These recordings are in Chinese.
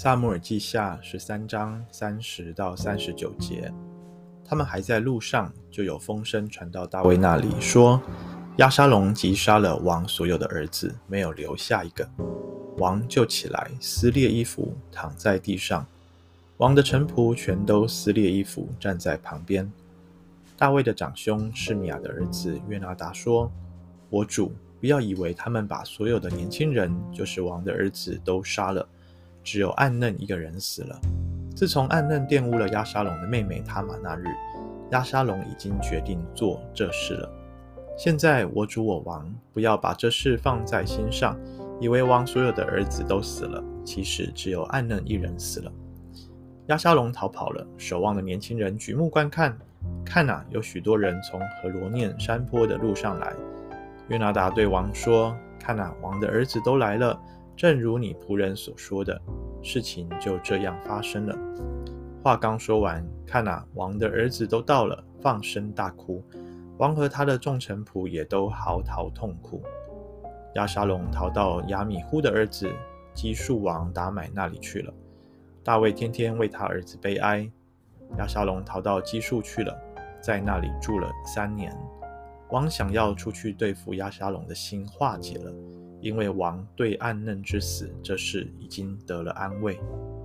撒母耳记下13章30到39节，他们还在路上，就有风声传到大卫那里，说押沙龙击杀了王所有的儿子，没有留下一个。王就起来，撕裂衣服，躺在地上。王的臣仆全都撕裂衣服，站在旁边。大卫的长兄示米亚的儿子约拿达说：我主，不要以为他们把所有的年轻人，就是王的儿子都杀了，只有暗嫩一个人死了。自从暗嫩玷污了押沙龙的妹妹他玛那日，押沙龙已经决定做这事了。现在我主我王，不要把这事放在心上，以为王所有的儿子都死了，其实只有暗嫩一人死了。押沙龙逃跑了，守望的年轻人举目观看，看啊，有许多人从何罗念山坡的路上来。约拿达对王说：看啊，王的儿子都来了，正如你仆人所说的，事情就这样发生了。话刚说完，看啊，王的儿子都到了，放声大哭。王和他的众臣仆也都嚎啕痛哭。押沙龙逃到亚米忽的儿子基述王达买那里去了。大卫天天为他儿子悲哀。押沙龙逃到基述去了，在那里住了3年。王想要出去对付押沙龙的心化解了，因为王对暗嫩之死这事已经得了安慰。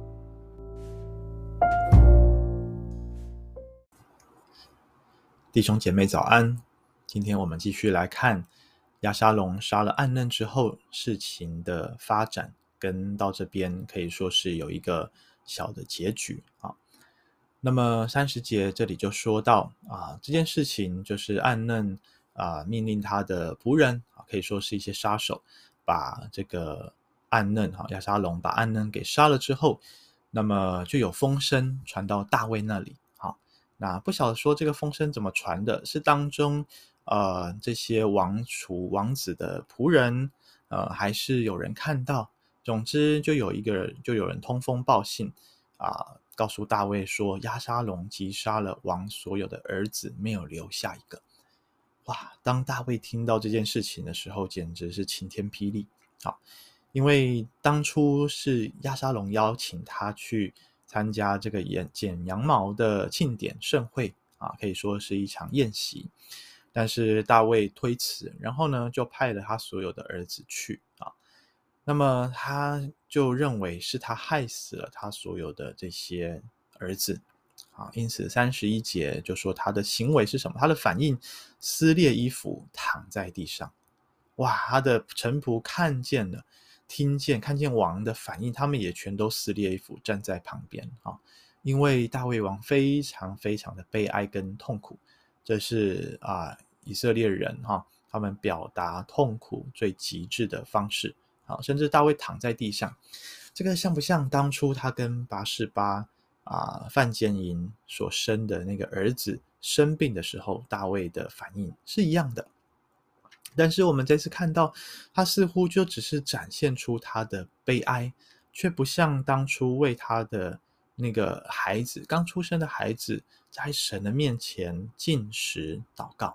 弟兄姐妹早安，今天我们继续来看押沙龙杀了暗嫩之后事情的发展，跟到这边可以说是有一个小的结局啊。那么30节这里就说到这件事情就是暗嫩命令他的仆人可以说是一些杀手，把这个暗嫩押沙龙把暗嫩给杀了之后，那么就有风声传到大卫那里。那不晓得说这个风声怎么传的，是当中这些王储王子的仆人还是有人看到，总之就有人通风报信告诉大卫说押沙龙击杀了王所有的儿子，没有留下一个。哇！当大卫听到这件事情的时候，简直是晴天霹雳。因为当初是押沙龙邀请他去参加这个剪羊毛的庆典盛会可以说是一场宴席，但是大卫推辞，然后呢就派了他所有的儿子去那么他就认为是他害死了他所有的这些儿子因此31节就说他的行为是什么？他的反应，撕裂衣服，躺在地上。哇！他的臣仆看见了，看见王的反应，他们也全都撕裂衣服，站在旁边因为大卫王非常非常的悲哀跟痛苦，这是以色列人他们表达痛苦最极致的方式甚至大卫躺在地上，这个像不像当初他跟拔示巴范奸淫所生的那个儿子生病的时候，大卫的反应是一样的。但是我们这次看到他似乎就只是展现出他的悲哀，却不像当初为他的那个孩子，刚出生的孩子，在神的面前禁食祷告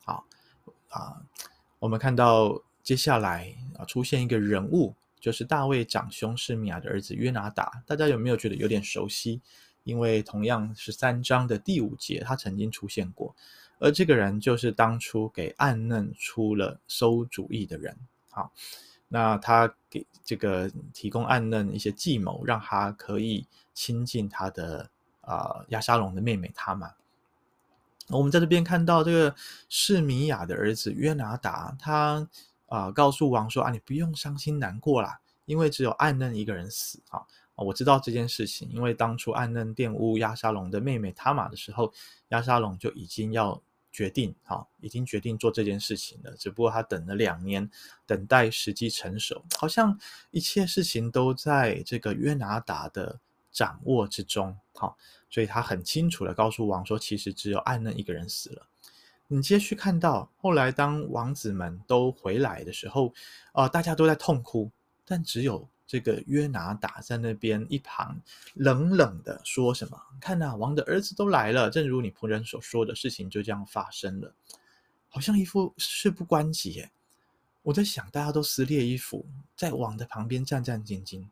我们看到接下来出现一个人物，就是大卫长兄示米亚的儿子约拿达。大家有没有觉得有点熟悉？因为同样13章的第5节他曾经出现过，而这个人就是当初给暗嫩出了馊主意的人那他给这个提供暗嫩一些计谋，让他可以亲近他的押沙龙的妹妹他玛。我们在这边看到这个示米亚的儿子约拿达，他告诉王说你不用伤心难过啦，因为只有暗嫩一个人死我知道这件事情，因为当初暗嫩玷污押沙龙的妹妹他玛的时候，押沙龙就已经决定做这件事情了，只不过他等了2年，等待时机成熟，好像一切事情都在这个约拿达的掌握之中所以他很清楚的告诉王说，其实只有暗嫩一个人死了。你接续看到后来当王子们都回来的时候大家都在痛哭，但只有这个约拿达在那边一旁冷冷的说什么，看王的儿子都来了，正如你仆人所说的，事情就这样发生了，好像一副事不关己耶。我在想大家都撕裂衣服，在王的旁边战战兢兢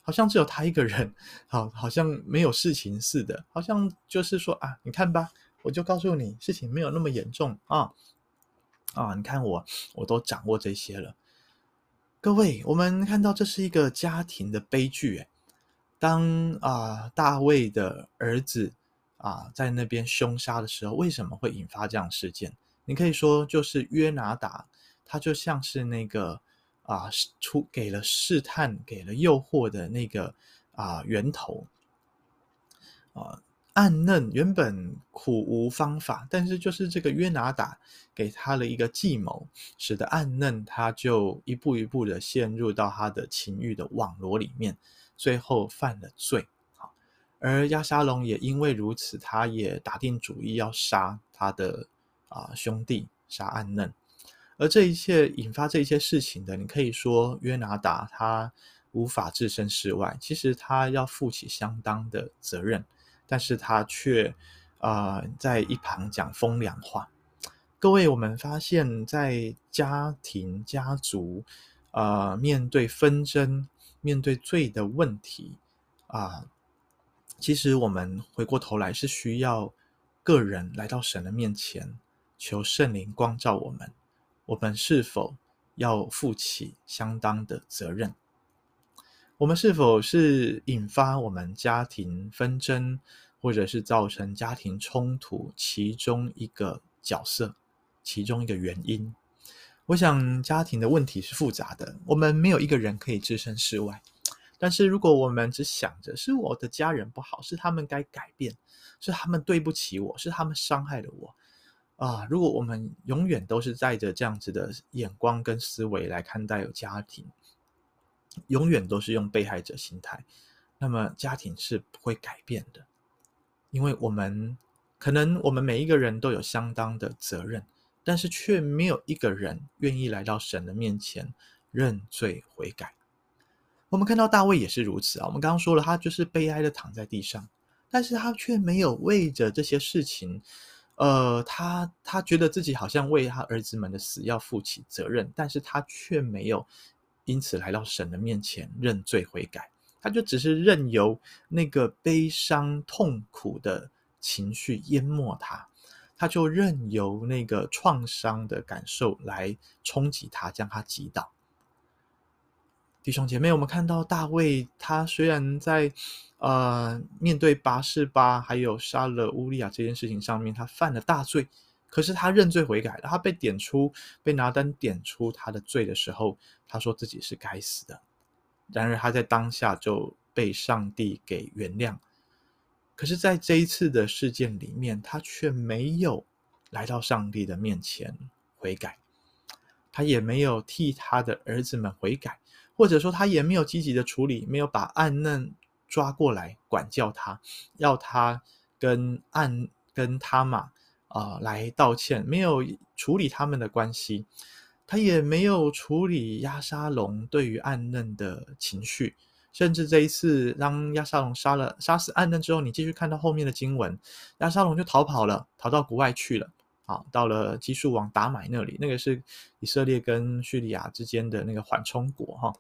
好像只有他一个人，好像没有事情似的，好像就是说啊，你看吧，我就告诉你，事情没有那么严重你看我都掌握这些了。各位，我们看到这是一个家庭的悲剧诶。当大卫的儿子在那边凶杀的时候，为什么会引发这样的事件？你可以说就是约拿达，他就像是那个给了试探、给了诱惑的那个源头啊。暗嫩原本苦无方法，但是就是这个约拿达给他了一个计谋，使得暗嫩他就一步一步的陷入到他的情欲的网罗里面，最后犯了罪。而押沙龙也因为如此，他也打定主意要杀他的兄弟，杀暗嫩。而这一切引发这一些事情的，你可以说约拿达他无法置身事外，其实他要负起相当的责任，但是他却在一旁讲风凉话。各位，我们发现在家庭家族面对纷争、面对罪的问题其实我们回过头来是需要个人来到神的面前，求圣灵光照我们，我们是否要负起相当的责任？我们是否是引发我们家庭纷争，或者是造成家庭冲突其中一个角色，其中一个原因？我想家庭的问题是复杂的，我们没有一个人可以置身事外。但是如果我们只想着是我的家人不好，是他们该改变，是他们对不起我，是他们伤害了我如果我们永远都是带着这样子的眼光跟思维来看待有家庭，永远都是用被害者心态，那么家庭是不会改变的。因为可能我们每一个人都有相当的责任，但是却没有一个人愿意来到神的面前认罪悔改。我们看到大卫也是如此我们刚刚说了，他就是悲哀的躺在地上，但是他却没有为着这些事情他觉得自己好像为他儿子们的死要负起责任，但是他却没有因此来到神的面前认罪悔改，他就只是任由那个悲伤痛苦的情绪淹没他就任由那个创伤的感受来冲击他，将他击倒。弟兄姐妹，我们看到大卫他虽然在面对拔示巴还有杀了乌利亚这件事情上面他犯了大罪，可是他认罪悔改了，他被拿单点出他的罪的时候，他说自己是该死的，然而他在当下就被上帝给原谅。可是在这一次的事件里面，他却没有来到上帝的面前悔改，他也没有替他的儿子们悔改，或者说他也没有积极的处理，没有把暗嫩抓过来管教他，要他跟他玛来道歉，没有处理他们的关系，他也没有处理押沙龙对于暗嫩的情绪。甚至这一次当押沙龙杀死暗嫩之后，你继续看到后面的经文，押沙龙就逃跑了，逃到国外去了到了基述王达买那里，那个是以色列跟叙利亚之间的那个缓冲国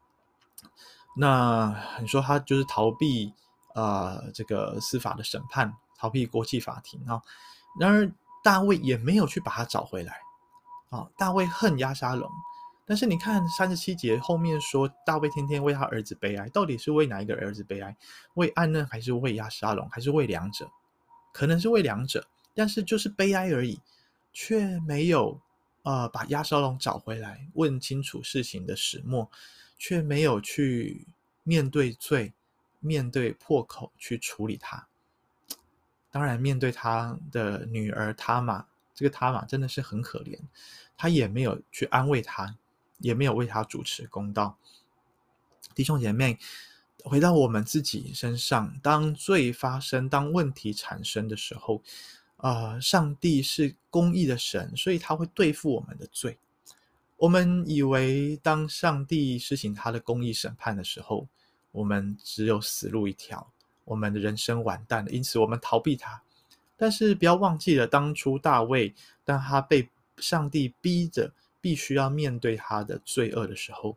那你说他就是逃避这个司法的审判，逃避国际法庭然而大卫也没有去把他找回来大卫恨押沙龙，但是你看37节后面说大卫天天为他儿子悲哀，到底是为哪一个儿子悲哀？为暗嫩还是为押沙龙，还是为两者？可能是为两者，但是就是悲哀而已，却没有把押沙龙找回来，问清楚事情的始末，却没有去面对罪，面对破口去处理它。当然面对他的女儿他玛，这个他玛真的是很可怜，他也没有去安慰他，也没有为他主持公道。弟兄姐妹，回到我们自己身上，当罪发生，当问题产生的时候上帝是公义的神，所以他会对付我们的罪。我们以为当上帝施行他的公义审判的时候，我们只有死路一条，我们的人生完蛋了，因此我们逃避他。但是不要忘记了，当初大卫当他被上帝逼着必须要面对他的罪恶的时候，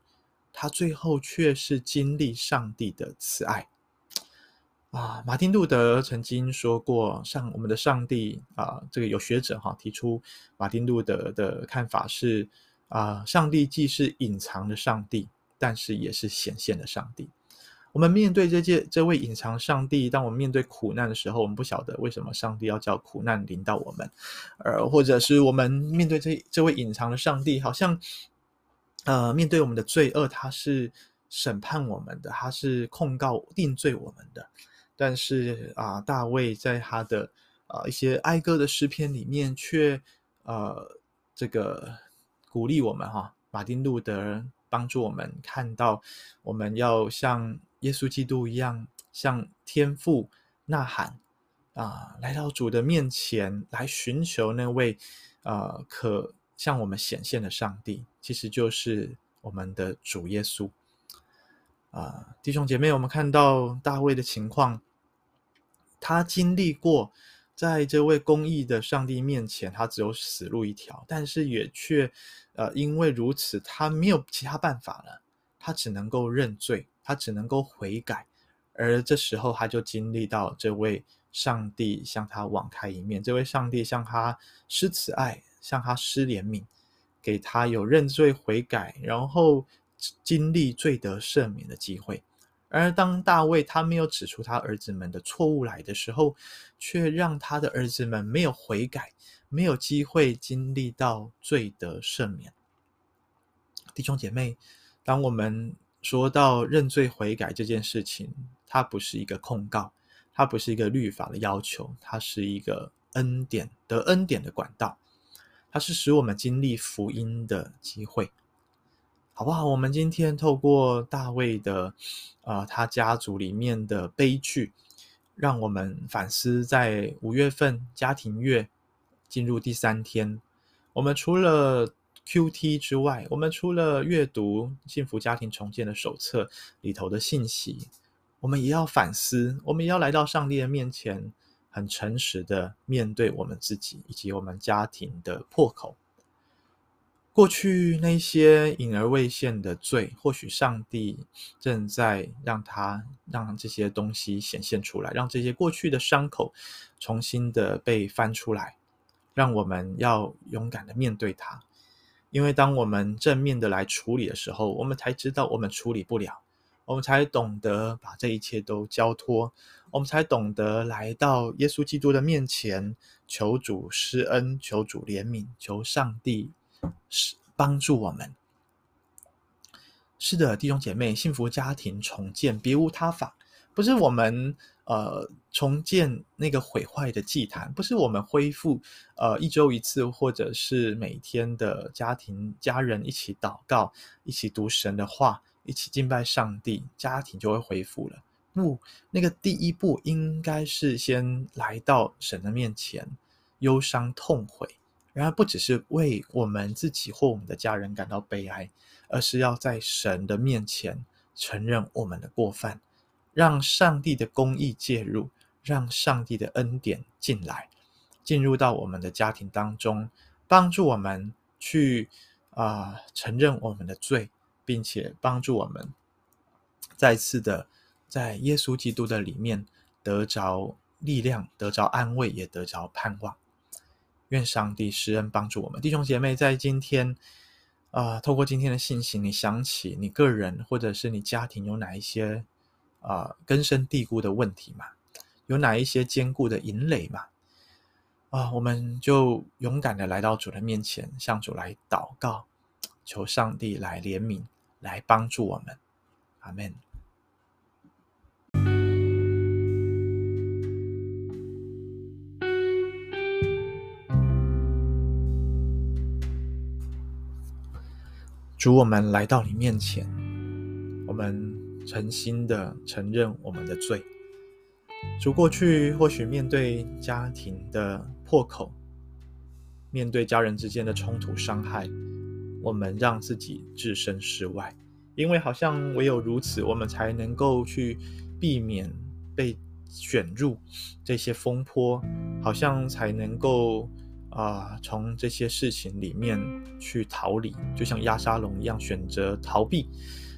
他最后却是经历上帝的慈爱。马丁路德曾经说过，我们的上帝这个有学者提出马丁路德的看法是上帝既是隐藏的上帝，但是也是显现的上帝。我们面对这位隐藏上帝，当我们面对苦难的时候，我们不晓得为什么上帝要叫苦难临到我们，或者是我们面对这位隐藏的上帝，好像面对我们的罪恶，他是审判我们的，他是控告定罪我们的。但是大卫在他的一些哀歌的诗篇里面，却这个鼓励我们马丁路德帮助我们看到，我们要像耶稣基督一样，向天父呐喊来到主的面前，来寻求那位可向我们显现的上帝，其实就是我们的主耶稣。弟兄姐妹，我们看到大卫的情况，他经历过在这位公义的上帝面前，他只有死路一条，但是也却因为如此，他没有其他办法了，他只能够认罪，他只能够悔改。而这时候他就经历到这位上帝向他网开一面，这位上帝向他施慈爱，向他施怜悯，给他有认罪悔改，然后经历罪得赦免的机会。而当大卫他没有指出他儿子们的错误来的时候，却让他的儿子们没有悔改，没有机会经历到罪得赦免。弟兄姐妹，当我们说到认罪悔改这件事情，它不是一个控告，它不是一个律法的要求，它是一个得恩典的管道，它是使我们经历福音的机会。好不好？我们今天透过大卫的他家族里面的悲剧，让我们反思，在5月份家庭月进入第3天，我们除了 QT 之外，我们除了阅读幸福家庭重建的手册里头的信息，我们也要反思，我们也要来到上帝的面前，很诚实的面对我们自己以及我们家庭的破口。过去那些隐而未现的罪，或许上帝正在让这些东西显现出来，让这些过去的伤口重新的被翻出来，让我们要勇敢的面对它。因为当我们正面的来处理的时候，我们才知道我们处理不了，我们才懂得把这一切都交托，我们才懂得来到耶稣基督的面前，求主施恩，求主怜悯，求上帝帮助我们。是的，弟兄姐妹，幸福家庭重建别无他法，不是我们重建那个毁坏的祭坛，不是我们恢复1周1次，或者是每天的家人一起祷告，一起读神的话，一起敬拜上帝，家庭就会恢复了。不，那个第一步应该是先来到神的面前，忧伤痛悔。然而不只是为我们自己或我们的家人感到悲哀，而是要在神的面前承认我们的过犯，让上帝的公义介入，让上帝的恩典进来，进入到我们的家庭当中，帮助我们去承认我们的罪，并且帮助我们再次的在耶稣基督的里面得着力量，得着安慰，也得着盼望。愿上帝施恩帮助我们。弟兄姐妹，在今天透过今天的信息，你想起你个人或者是你家庭有哪一些根深蒂固的问题吗？有哪一些坚固的营垒吗？我们就勇敢的来到主的面前，向主来祷告，求上帝来怜悯，来帮助我们。阿们。主，我们来到你面前，我们诚心的承认我们的罪。主，过去或许面对家庭的破口，面对家人之间的冲突伤害，我们让自己置身事外，因为好像唯有如此，我们才能够去避免被卷入这些风波，好像才能够从这些事情里面去逃离，就像押沙龙一样选择逃避，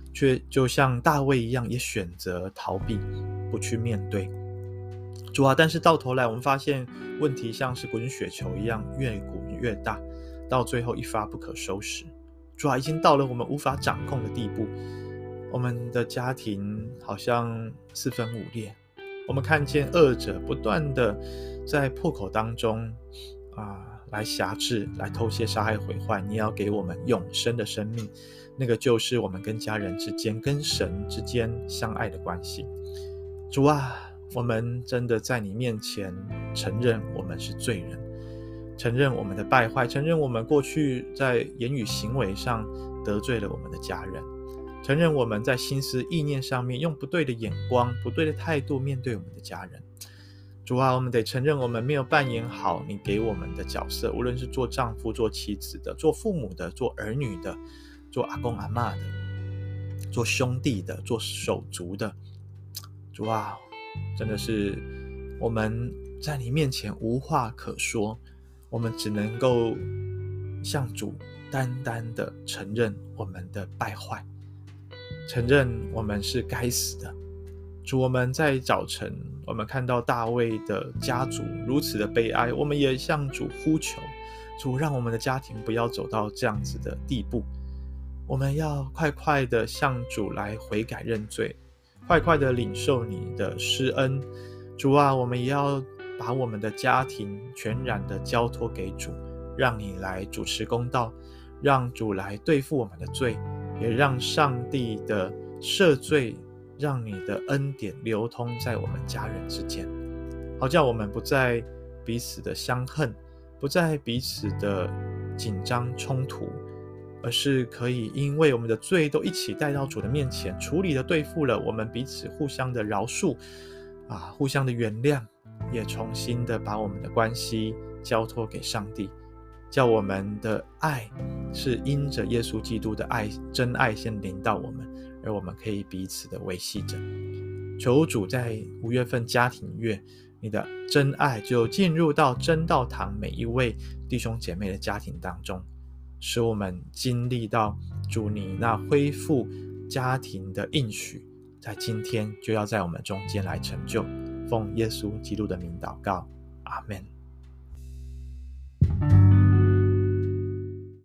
却就像大卫一样，也选择逃避，不去面对。主啊，但是到头来我们发现问题像是滚雪球一样越滚越大，到最后一发不可收拾。主啊，已经到了我们无法掌控的地步，我们的家庭好像四分五裂，我们看见恶者不断的在破口当中来辖制，来偷窃、杀害、毁坏。你要给我们永生的生命，那个就是我们跟家人之间、跟神之间相爱的关系。主啊，我们真的在你面前承认我们是罪人，承认我们的败坏，承认我们过去在言语行为上得罪了我们的家人，承认我们在心思意念上面用不对的眼光、不对的态度面对我们的家人。主啊，我们得承认我们没有扮演好你给我们的角色，无论是做丈夫、做妻子的、做父母的、做儿女的、做阿公阿嬷的、做兄弟的、做手足的。主啊，真的是我们在你面前无话可说，我们只能够向主单单的承认我们的败坏，承认我们是该死的。主，我们在早晨我们看到大卫的家族如此的悲哀，我们也向主呼求，主让我们的家庭不要走到这样子的地步，我们要快快的向主来悔改认罪，快快的领受你的施恩。主啊，我们也要把我们的家庭全然的交托给主，让你来主持公道，让主来对付我们的罪，也让上帝的赦罪，让你的恩典流通在我们家人之间，好叫我们不再彼此的相恨，不再彼此的紧张冲突，而是可以因为我们的罪都一起带到主的面前，处理的对付了，我们彼此互相的饶恕互相的原谅，也重新的把我们的关系交托给上帝，叫我们的爱是因着耶稣基督的爱，真爱先临到我们，而我们可以彼此的维系着。求主在5月份家庭月，你的真爱就进入到真道堂每一位弟兄姐妹的家庭当中，使我们经历到主你那恢复家庭的应许，在今天就要在我们中间来成就。奉耶稣基督的名祷告，阿们。